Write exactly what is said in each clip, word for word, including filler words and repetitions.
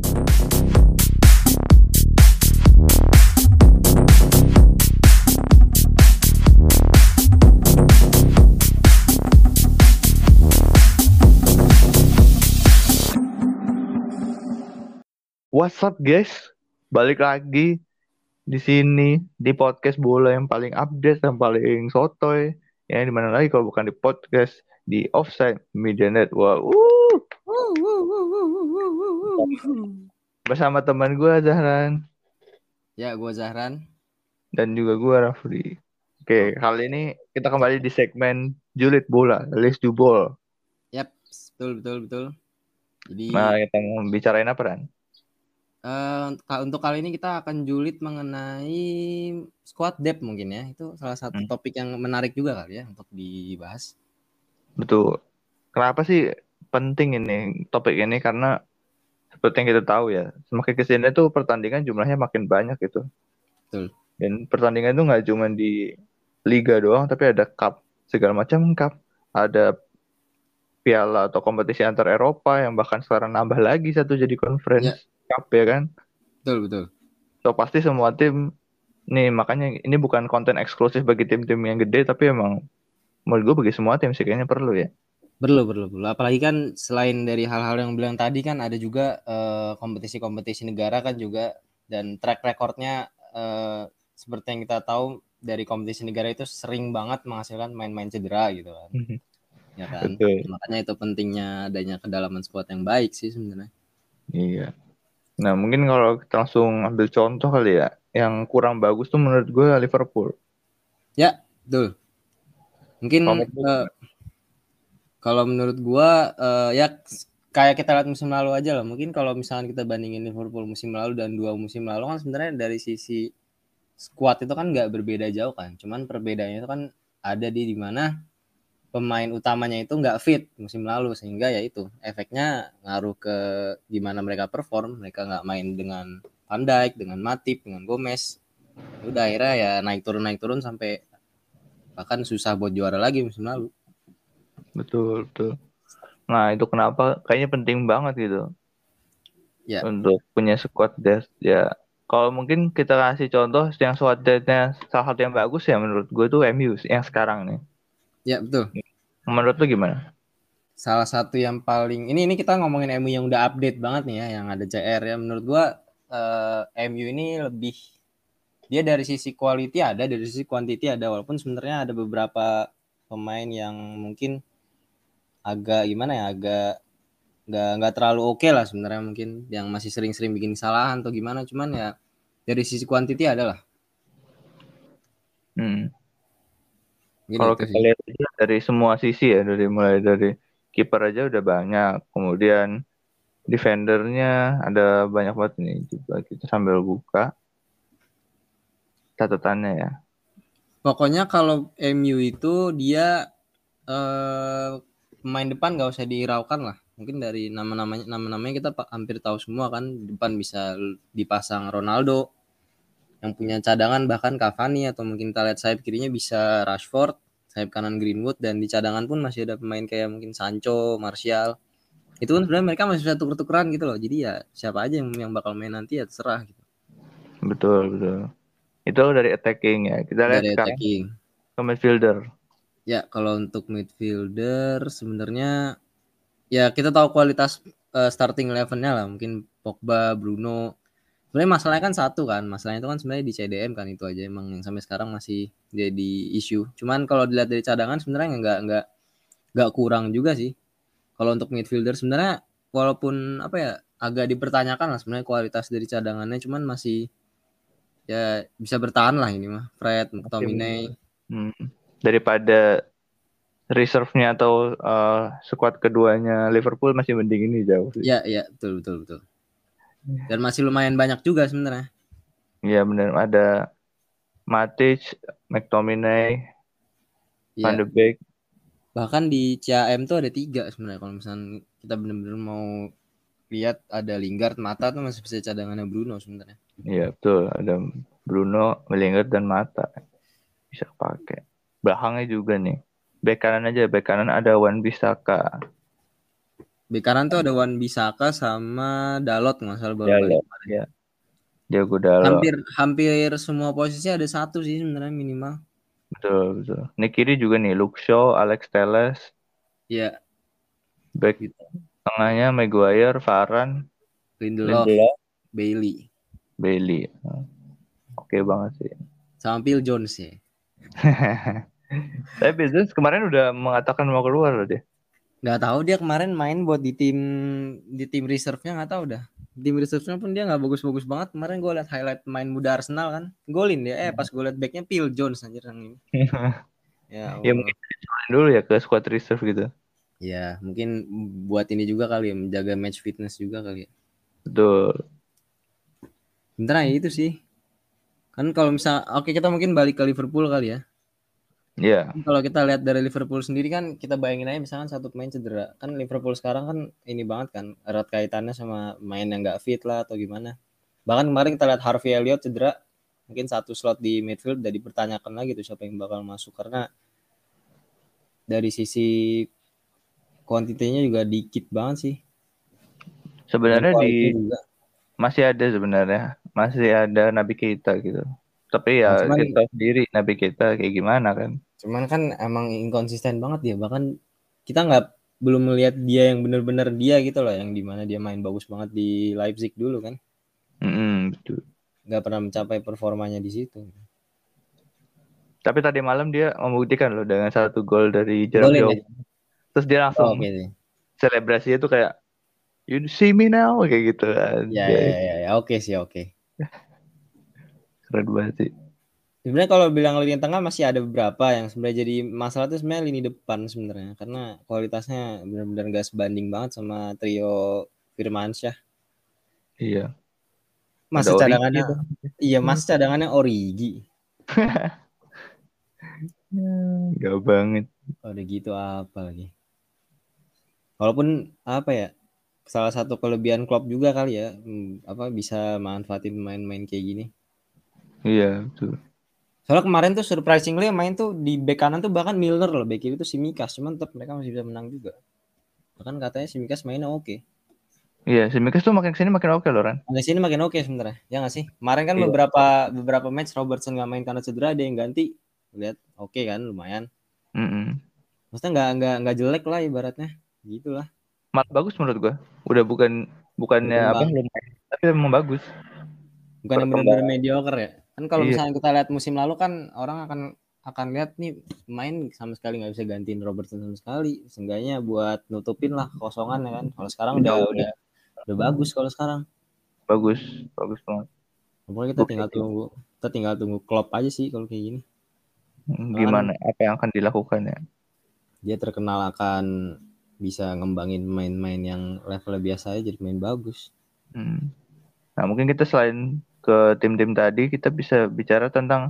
What's up guys? Balik lagi di sini di podcast bola yang paling update dan paling sotoy. Ya di mana lagi kalau bukan di podcast di Offside Media Network. Wuh! Bersama teman gue Zahran Ya, gue Zahran. dan juga gue Rafli. Oke, Oke. kali ini kita kembali di segmen Julid Bola, Let's Do Ball. Yap, betul betul betul. Jadi Nah, kita mau bicarain apa Ran? uh, untuk kali ini kita akan julid mengenai squad depth mungkin ya. Itu salah satu Hmm, topik yang menarik juga kali ya untuk dibahas. betul. Kenapa sih penting ini topik ini? Karena seperti yang kita tahu ya, semakin kesini tuh pertandingan jumlahnya makin banyak gitu. Betul. Dan pertandingan itu nggak cuma di liga doang, tapi ada cup, segala macam cup. Ada piala atau kompetisi antar Eropa yang bahkan sekarang nambah lagi satu jadi Ya, conference cup ya kan. betul betul. So pasti semua tim nih, makanya ini bukan konten eksklusif bagi tim-tim yang gede, tapi emang menurut gue bagi semua tim sih kayaknya perlu ya. Perlu perlu perlu. Apalagi kan selain dari hal-hal yang bilang tadi kan ada juga uh, kompetisi-kompetisi negara kan juga, dan track recordnya uh, seperti yang kita tahu dari kompetisi negara itu sering banget menghasilkan main-main cedera gitu kan. Ya kan, Betul. makanya itu pentingnya adanya kedalaman squad yang baik sih sebenarnya. Iya. Nah mungkin kalau kita langsung ambil contoh kali ya, yang kurang bagus tuh menurut gue Liverpool. Ya, betul. Mungkin Kalau menurut uh, kalau menurut gua uh, ya kayak kita lihat musim lalu aja lah. Mungkin kalau misalkan kita bandingin Liverpool musim lalu dan dua musim lalu kan sebenarnya dari sisi squad itu kan nggak berbeda jauh kan. Cuman perbedaannya itu kan ada di dimana pemain utamanya itu nggak fit musim lalu, sehingga ya itu efeknya ngaruh ke gimana mereka perform. Mereka nggak main dengan Van Dijk, dengan Matip, dengan Gomez. Udah akhirnya ya naik turun naik turun sampai bahkan susah buat juara lagi musim lalu. betul betul. Nah itu kenapa kayaknya penting banget gitu Ya, untuk punya squad depth ya. Kalau mungkin kita kasih contoh yang squad depth-nya salah satu yang bagus ya menurut gue tuh M U yang sekarang nih. ya betul. Menurut lu gimana? Salah satu yang paling ini ini kita ngomongin M U yang udah update banget nih ya, yang ada C R ya. Menurut gua eh, M U ini lebih, dia dari sisi quality ada, dari sisi quantity ada, walaupun sebenarnya ada beberapa pemain yang mungkin agak gimana ya, agak nggak nggak terlalu oke okay lah sebenarnya, mungkin yang masih sering-sering bikin kesalahan atau gimana, cuman ya dari sisi quantity ada lah. Hmm. Mungkin Kalau itu kita sih. lihat aja dari semua sisi ya, dari mulai dari kiper aja udah banyak, kemudian defendernya ada banyak banget nih. Coba kita sambil buka catatannya ya. Pokoknya kalau M U itu dia eh, pemain depan nggak usah dihiraukan lah. Mungkin dari nama-namanya nama-namanya kita hampir tahu semua kan. Depan bisa dipasang Ronaldo, yang punya cadangan bahkan Cavani, atau mungkin kita lihat sayap kirinya bisa Rashford, sayap kanan Greenwood, dan di cadangan pun masih ada pemain kayak mungkin Sancho, Martial. Itu kan sebenarnya mereka masih bisa tuker-tukeran gitu loh. Jadi ya siapa aja yang yang bakal main nanti ya terserah gitu. Betul, betul. Itu dari attacking ya. Kita lihat Dari sekarang attacking. ke midfielder. Ya, kalau untuk midfielder sebenarnya ya kita tahu kualitas uh, starting eleven-nya lah, mungkin Pogba, Bruno. Sebenarnya masalahnya kan satu kan, masalahnya itu kan sebenarnya di C D M kan, itu aja emang yang sampai sekarang masih jadi isu. Cuman kalau dilihat dari cadangan sebenarnya nggak nggak nggak kurang juga sih. Kalau untuk midfielder sebenarnya walaupun apa ya agak dipertanyakan lah sebenarnya kualitas dari cadangannya, cuman masih ya bisa bertahan lah ini mah. Fred, McTominay. Hmm. Daripada reserve-nya atau uh, squad keduanya Liverpool masih mending ini jauh sih. Ya, ya, betul betul betul. Dan masih lumayan banyak juga sebenarnya. Iya benar, ada Matic, McTominay, Van Iya. de Beek. Bahkan di C A M tuh ada tiga sebenarnya, kalau misalnya kita benar-benar mau lihat, ada Lingard, Mata tuh masih bisa cadangannya Bruno sebenarnya. Iya betul, ada Bruno, Lingard dan Mata bisa pakai. Belakangnya juga nih. Bek kanan aja, bek kanan ada Wan Bissaka. Bek kanan tuh ada Wan Bisaka sama Dalot nggak salah baru balik Dalot. kemarin. Ya, Diogo Dalot. Hampir hampir semua posisi ada satu sih sebenarnya minimal. Betul, betul. Ini kiri juga nih, Luke Shaw, Alex Telles. Ya, Back gitu. tengahnya Maguire, Varane, Lindelof, Lindelof, Bailey, Bailey. Oke banget sih. sama Phil Jones ya. Tapi Business kemarin udah mengatakan mau keluar loh dia. Nggak tahu dia kemarin main buat di tim di tim reserve-nya nggak tahu dah. Tim reserve-nya pun dia nggak bagus-bagus banget. Kemarin gue liat highlight main muda Arsenal kan, golin dia. Eh pas gue liat backnya Phil Jones anjir yang ini. Ya Ya Allah. mungkin dicobain dulu ya ke squad reserve gitu. Ya mungkin buat ini juga kali ya, menjaga match fitness juga kali ya. Betul. Sebenarnya itu sih. Kan kalau misal oke kita mungkin balik ke Liverpool kali ya. Iya. Kalau kita lihat dari Liverpool sendiri kan kita bayangin aja misalkan satu pemain cedera. Kan Liverpool sekarang kan ini banget kan erat kaitannya sama main yang nggak fit lah atau gimana. Bahkan kemarin kita lihat Harvey Elliott cedera, mungkin satu slot di midfield udah dipertanyakan lagi tuh siapa yang bakal masuk karena dari sisi kuantitinya juga dikit banget sih. Dan Sebenarnya di juga. masih ada sebenarnya, masih ada Nabi kita gitu. Tapi Nah, ya cuman kita sendiri Nabi kita kayak gimana kan? cuman kan emang inkonsisten banget dia. Bahkan kita nggak belum melihat dia yang benar-benar dia gitu loh, yang dimana dia main bagus banget di Leipzig dulu kan. Mm-mm, betul. Nggak pernah mencapai performanya di situ. Tapi tadi malam dia membuktikan loh dengan satu gol dari jarak Golin ya? jauh. Terus dia Oh, langsung oke sih. selebrasinya tuh kayak you see me now kayak gitu Ya, ya, anjay. ya, ya. Oke sih, oke. Keren banget sih. Sebenarnya kalau bilang lini tengah masih ada beberapa yang sebenarnya jadi masalah tuh sebenarnya lini depan sebenarnya karena kualitasnya benar-benar gak sebanding banget sama trio Firmansyah. Iya. Ada Masa Origi cadangannya tuh. iya masa cadangannya Origi. Gak banget. Oh, udah gitu apa lagi? Walaupun apa ya? Salah satu kelebihan Klopp juga kali ya, hmm, apa bisa manfaatin pemain-pemain kayak gini. Iya betul. Soalnya kemarin tuh surprisingly yang main tuh di bek kanan tuh bahkan Milner loh, bek kiri tuh Tsimikas, cuman tetap mereka masih bisa menang juga. Bahkan katanya Tsimikas mainnya oke. Iya, si Mikas tuh makin kesini makin oke loh Ran. Makin sini makin oke sebenarnya, ya nggak sih? Kemarin kan Iya. beberapa beberapa match Robertson nggak main karena cedera, ada yang ganti. Lihat, oke kan, lumayan. Mm-mm. Maksudnya nggak nggak nggak jelek lah ibaratnya, gitulah. Malah bagus menurut gua. Udah bukan bukannya apa Berkembang, lumayan, tapi memang bagus bukan yang benar-benar perkembangan. mediocre ya. Kan kalau Iya, misalnya kita lihat musim lalu kan orang akan akan lihat nih main sama sekali nggak bisa gantiin Robertson sama sekali. Seenggaknya buat nutupin lah kosongan ya kan. Kalau sekarang udah betul. udah udah bagus kalau sekarang. Bagus, bagus banget. Pokoknya kita tinggal Bukti tunggu, kita tinggal tunggu Klopp aja sih kalau kayak gini. Karena kan gimana apa yang akan dilakukan ya. dia terkenal akan bisa ngembangin main-main yang levelnya biasa aja jadi main bagus. Hmm. Nah, mungkin kita selain ke tim-tim tadi, kita bisa bicara tentang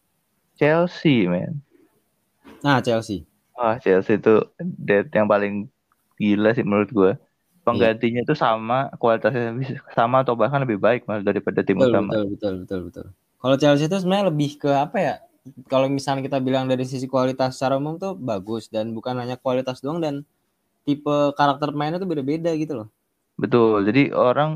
Chelsea, men. Nah, Chelsea. Wah, Chelsea itu dead yang paling gila sih menurut gue. Iya, Penggantinya itu sama, kualitasnya bisa sama atau bahkan lebih baik malah daripada tim betul utama. betul betul betul betul. Kalau Chelsea itu sebenarnya lebih ke apa ya? Kalau misalnya kita bilang dari sisi kualitas secara umum tuh bagus dan bukan hanya kualitas doang dan tipe karakter pemainnya tuh beda-beda gitu loh. Betul. Jadi orang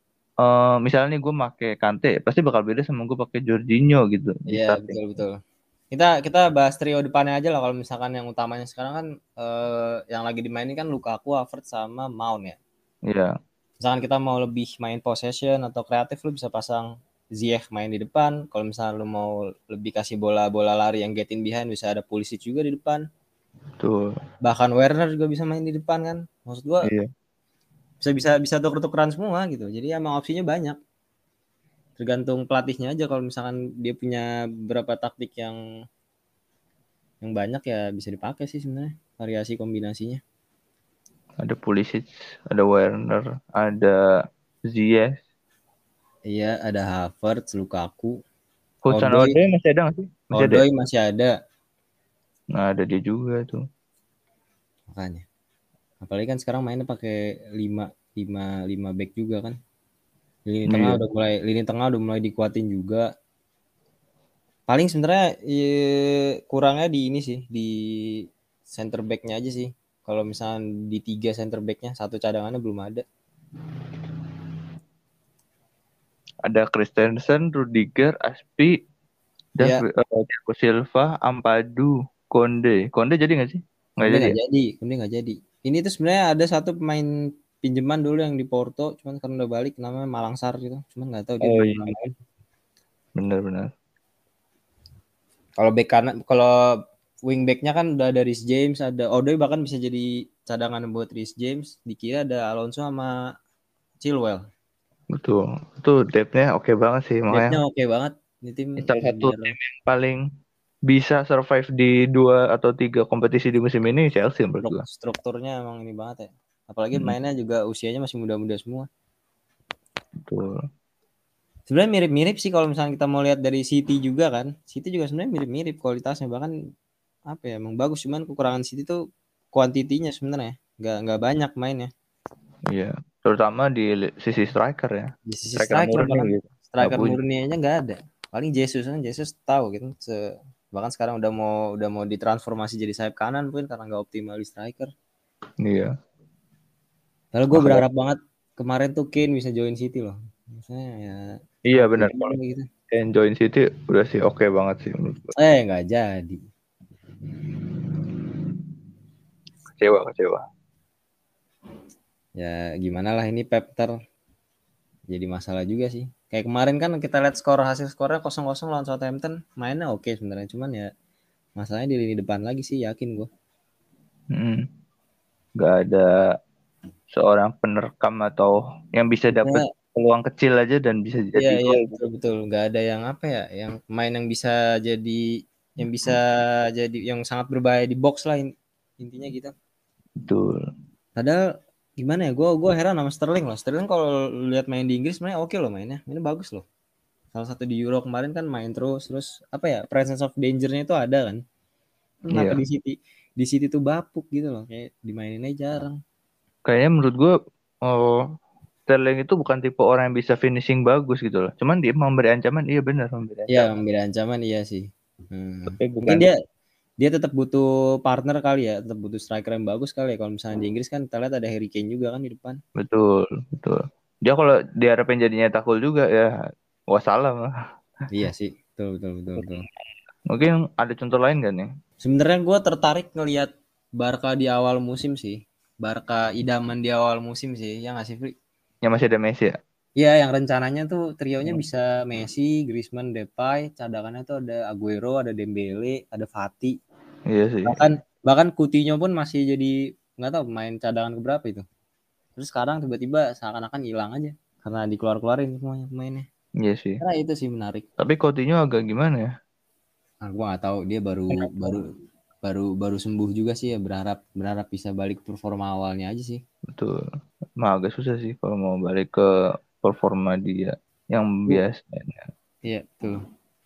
eh misalnya nih gue pakai Kante, pasti bakal beda sama gue pakai Jorginho gitu di Iya, starting. betul betul. Kita kita bahas trio depannya aja lah kalau misalkan yang utamanya sekarang kan eh, yang lagi dimainin kan Lukaku, Havertz sama Mount ya. Iya, Misalkan kita mau lebih main possession atau kreatif lu bisa pasang Ziyech main di depan. Kalau misalnya lu mau lebih kasih bola-bola lari yang get in behind bisa ada Pulisic juga di depan. betul. Bahkan Werner juga bisa main di depan kan. Maksud gua Iya. bisa bisa bisa tuker-tukeran semua gitu. Jadi emang opsinya banyak. Tergantung pelatihnya aja kalau misalkan dia punya beberapa taktik yang yang banyak ya bisa dipakai sih sebenarnya variasi kombinasinya. Ada Pulisic, ada Werner, ada Ziyech. Iya, ada Havertz, Lukaku, Hudson Odoi, Odoi masih ada nggak sih? Masih ada ya? Odoi masih ada Nah, ada dia juga tuh. makanya. Apalagi kan sekarang mainnya pakai lima lima lima back juga kan. Lini tengah Iya, udah mulai lini tengah udah mulai dikuatin juga. Paling sebenarnya eh, kurangnya di ini sih, di center back-nya aja sih. Kalau misalnya di tiga center back-nya, satu cadangannya belum ada. Ada Christensen, Rudiger, Aspi, dan Ya, uh, Thiago Silva, Ampadu, Konde. Konde jadi nggak sih? Nggak Konde jadi nggak ya? jadi, Konde nggak jadi. Ini tuh sebenarnya ada satu pemain pinjaman dulu yang di Porto, cuman karena udah balik namanya Malangsar gitu. Cuman nggak tahu dia Oh belum iya, pernah main. benar-benar. Kalau back kanan, kalau wing back-nya kan udah ada Reece James, ada Odoi bahkan bisa jadi cadangan buat Reece James. Di kiri ada Alonso sama Chilwell. Betul. Itu depth-nya oke banget sih. Makanya Depth-nya oke banget. Ini tim ini salah satu benar-benar tim yang paling bisa survive di dua atau tiga kompetisi di musim ini Chelsea menurut gua. strukturnya emang ini banget ya. Apalagi Mm, mainnya juga usianya masih muda-muda semua. betul. Sebenarnya mirip-mirip sih kalau misalnya kita mau lihat dari City juga kan. City juga sebenarnya mirip-mirip kualitasnya, bahkan apa ya, emang bagus, cuman kekurangan City tuh kuantitinya sebenarnya. Nggak nggak banyak mainnya. Iya. Terutama di li- sisi striker ya. Di sisi Striker striker murni bahkan gitu. Nggak striker punya. murni aja nggak ada. Paling Jesus kan, Jesus tahu gitu. Se- bahkan sekarang udah mau udah mau ditransformasi jadi sayap kanan mungkin karena nggak optimal di striker. Iya. Lalu gue Makanya berharap banget kemarin tuh Kane bisa join City loh. Misalnya ya iya apa benar. ya Kalau gitu. Kane join City udah sih oke banget sih menurut gua. Eh nggak jadi. Kecewa, kecewa. Ya gimana lah, ini Pep ter jadi masalah juga sih. Kayak kemarin kan kita lihat skor hasil skornya kosong kosong lawan Southampton, mainnya oke sebenarnya, cuman ya masalahnya di lini depan lagi sih, yakin gue. Mm. Nggak ada seorang penerkam atau yang bisa dapat Ya, peluang kecil aja dan bisa iya jadi iya gol gitu. betul betul. Nggak ada yang apa ya, yang pemain yang bisa jadi yang bisa jadi yang sangat berbahaya di box lah intinya gitu. Betul. Padahal gimana ya, gue gue heran sama Sterling loh. Sterling kalau lihat main di Inggris sebenarnya oke loh mainnya, ini bagus loh. Salah satu di Euro kemarin kan main terus terus apa ya, presence of danger-nya itu ada kan. Kenapa Iya. di City di City tuh bapuk gitu loh, kayak dimaininnya jarang. Kayaknya menurut gue oh, Sterling itu bukan tipe orang yang bisa finishing bagus gitu loh. Cuman dia memberi ancaman, iya benar memberi Iya, ancaman. memberi ancaman iya sih. Hmm. Tapi Mungkin bukan dia dia tetap butuh partner kali ya, tetap butuh striker yang bagus kali ya. Kalau misalnya di Inggris kan kita lihat ada Harry Kane juga kan di depan. betul, betul. Dia kalau diharapin jadinya takul juga ya wassalam lah. Iya sih, betul betul betul betul. Mungkin ada contoh lain gak nih? Sebenarnya gue tertarik ngelihat Barca di awal musim sih. Barca idaman di awal musim sih, ya nggak sih, Fri? Yang masih ada Messi ya? Iya, yang rencananya tuh trionya Hmm. bisa Messi, Griezmann, Depay, cadangannya tuh ada Aguero, ada Dembele, ada Fati. Iya sih. Bahkan bahkan Coutinho pun masih jadi nggak tahu main cadangan keberapa itu. Terus sekarang tiba-tiba seakan-akan hilang aja karena dikeluar-keluarin semuanya pemainnya. Iya sih. Karena itu sih menarik. Tapi Coutinho agak gimana ya? Nah, gua nggak tahu, dia baru baru baru baru sembuh juga sih ya, berharap berharap bisa balik performa awalnya aja sih. Betul. Mah agak susah sih kalau mau balik ke performa dia yang Bu, biasanya. iya betul.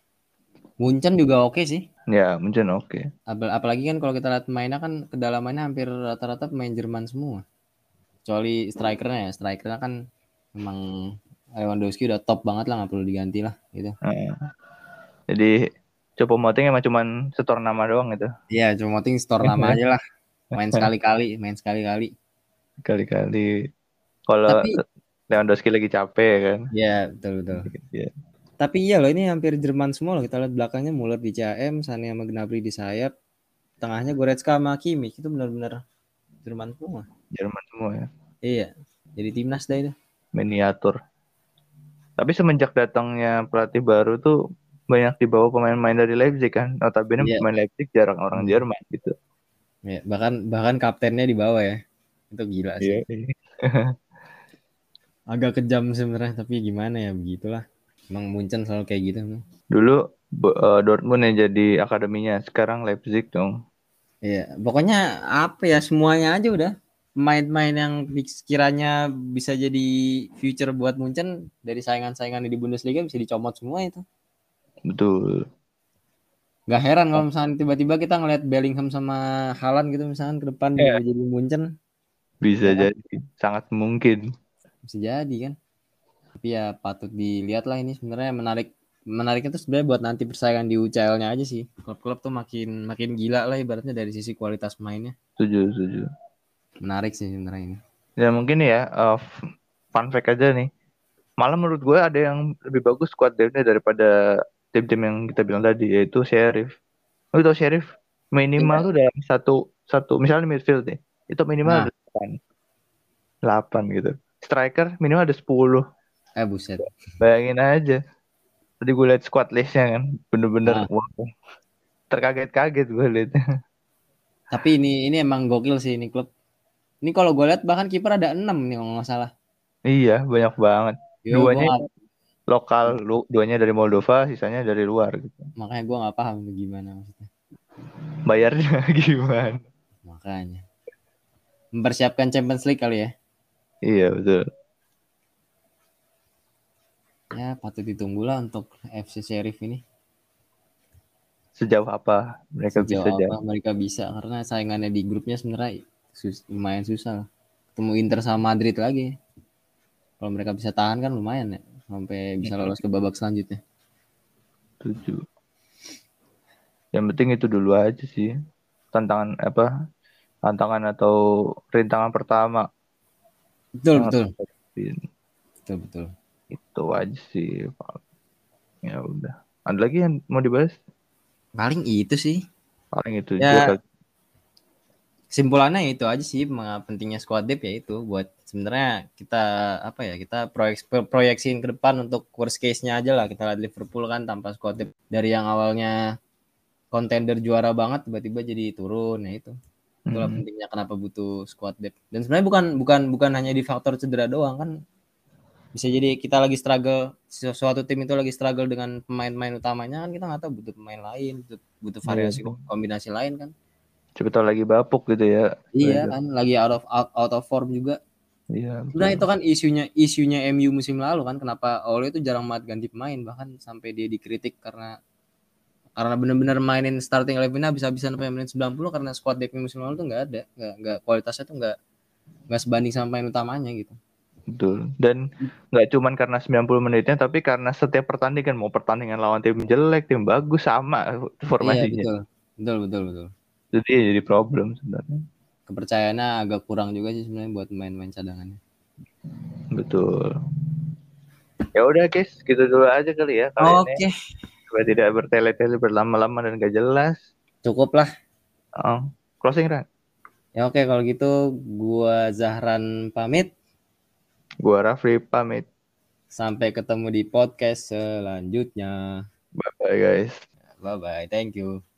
Munchen juga oke sih. Ya, mungkin oke. Apal- Apalagi kan kalau kita lihat mainnya kan kedalamannya hampir rata-rata pemain Jerman semua. Kecuali strikernya ya, strikernya kan memang Lewandowski udah top banget lah, nggak perlu diganti lah gitu. Nah, jadi Choupo-Moting emang cuman setor nama doang gitu. Iya, cuma penting store nama aja lah. Main sekali-kali, main sekali-kali. Kali-kali kalau Tapi Lewandowski lagi capek kan. ya betul betul. Ya. Tapi iya loh, ini hampir Jerman semua loh. Kita lihat belakangnya Muller di C A M, Sané sama Gnabry di sayap, tengahnya Goretzka sama Kimmich, itu benar-benar Jerman semua. Jerman semua ya. Iya, jadi timnas dah itu. Miniatur. Tapi semenjak datangnya pelatih baru tuh banyak dibawa pemain-pemain dari Leipzig kan. Notabene Iya. pemain Leipzig jarang orang Hmm. Jerman gitu. Ya, bahkan bahkan kaptennya di bawah ya. Itu gila sih. Iya. Agak kejam sebenarnya, tapi gimana ya, begitulah. Emang Munchen selalu kayak gitu. Dulu uh, Dortmund yang jadi akademinya, sekarang Leipzig dong. Iya, pokoknya apa ya, semuanya aja udah. Pemain-pemain yang sekiranya bisa jadi future buat Munchen dari saingan-saingan di Bundesliga bisa dicomot semua itu. Betul. Gak heran kalau misalnya tiba-tiba kita ngeliat Bellingham sama Haaland gitu misalnya ke depan Ya, juga jadi Munchen. bisa Ya kan? jadi. Sangat mungkin. Bisa jadi kan. Tapi ya patut dilihat lah, ini sebenarnya menarik. Menariknya tuh sebenarnya buat nanti persaingan di U C L-nya aja sih. Klub-klub tuh makin makin gila lah ibaratnya dari sisi kualitas mainnya. Setuju, setuju. Menarik sih sebenarnya ini. Ya mungkin ya uh, fun fact aja nih. Malah menurut gue ada yang lebih bagus squad depth-nya daripada tim-tim yang kita bilang tadi, yaitu Sheriff. Lu tau Sheriff minimal Iya. tuh dalam satu satu misalnya midfield nih, itu minimal Nah, ada delapan, delapan gitu. Striker minimal ada sepuluh. eh buset. Bayangin aja. Tadi gue liat squad listnya kan, bener-bener Nah, wow, terkaget-kaget gue liat. tapi ini ini emang gokil sih ini klub. Ini kalau gue lihat bahkan kiper ada enam nih kalau nggak salah. Iya, banyak banget. Yo, gue Duanya nggak, lokal, lu, duanya dari Moldova, sisanya dari luar gitu. makanya gue nggak paham tuh gimana maksudnya. Bayarnya gimana? Makanya mempersiapkan Champions League kali ya. Iya, betul. Ya patut ditunggu lah untuk F C Sheriff ini. Sejauh apa mereka bisa Sejauh apa jalan? mereka bisa, karena saingannya di grupnya sebenarnya sus- lumayan susah. Ketemu Inter sama Madrid lagi. Kalau mereka bisa tahan kan lumayan ya, sampai bisa lolos ke babak selanjutnya. Tujuh. Yang penting itu dulu aja sih. Tantangan apa? Tantangan atau rintangan pertama Betul yang harus betul kita hadapin. betul betul. Itu aja sih. Ya udah. Ada lagi yang mau dibahas? Paling itu sih. Paling itu juga Ya kali. kesimpulannya itu aja sih, mengapa pentingnya squad depth ya itu buat sebenarnya kita apa ya, kita proyek proyeksiin ke depan untuk worst case-nya aja lah. Kita lihat Liverpool kan tanpa squad depth dari yang awalnya kontender juara banget tiba-tiba jadi turun ya itu. Itulah Hmm. pentingnya kenapa butuh squad depth. Dan sebenarnya bukan bukan bukan hanya di faktor cedera doang kan. Bisa jadi kita lagi struggle, suatu tim itu lagi struggle dengan pemain-pemain utamanya kan, kita nggak tahu butuh pemain lain, butuh, butuh Iya, variasi kombinasi lain kan. siapa tahu lagi bapuk gitu ya. Iya Mereka. kan, lagi out of out, out of form juga. Iya, Udah betul. itu kan isunya isunya M U musim lalu kan, kenapa Ole itu jarang banget ganti pemain, bahkan sampai dia dikritik karena karena benar-benar mainin starting eleven habis-habisan sampai menit sembilan puluh karena squad depth musim lalu tuh nggak ada, nggak nggak kualitasnya tuh nggak nggak sebanding sama pemain utamanya gitu. Betul. Dan nggak cuman karena sembilan puluh menitnya, tapi karena setiap pertandingan, mau pertandingan lawan tim jelek, tim bagus, sama Iya formasinya. betul betul betul betul. Jadi jadi problem sebenarnya. Kepercayaannya agak kurang juga sih sebenarnya buat main-main cadangannya. Betul. Ya udah guys, gitu dulu aja kali ya kali ini. Oke, Supaya tidak bertele-tele berlama-lama dan gak jelas. cukup lah. Oh, closing Ran. Ya oke kalau gitu gua Zahran pamit. Gua Rafli pamit. Sampai ketemu di podcast selanjutnya. Bye bye guys. Bye bye. Thank you.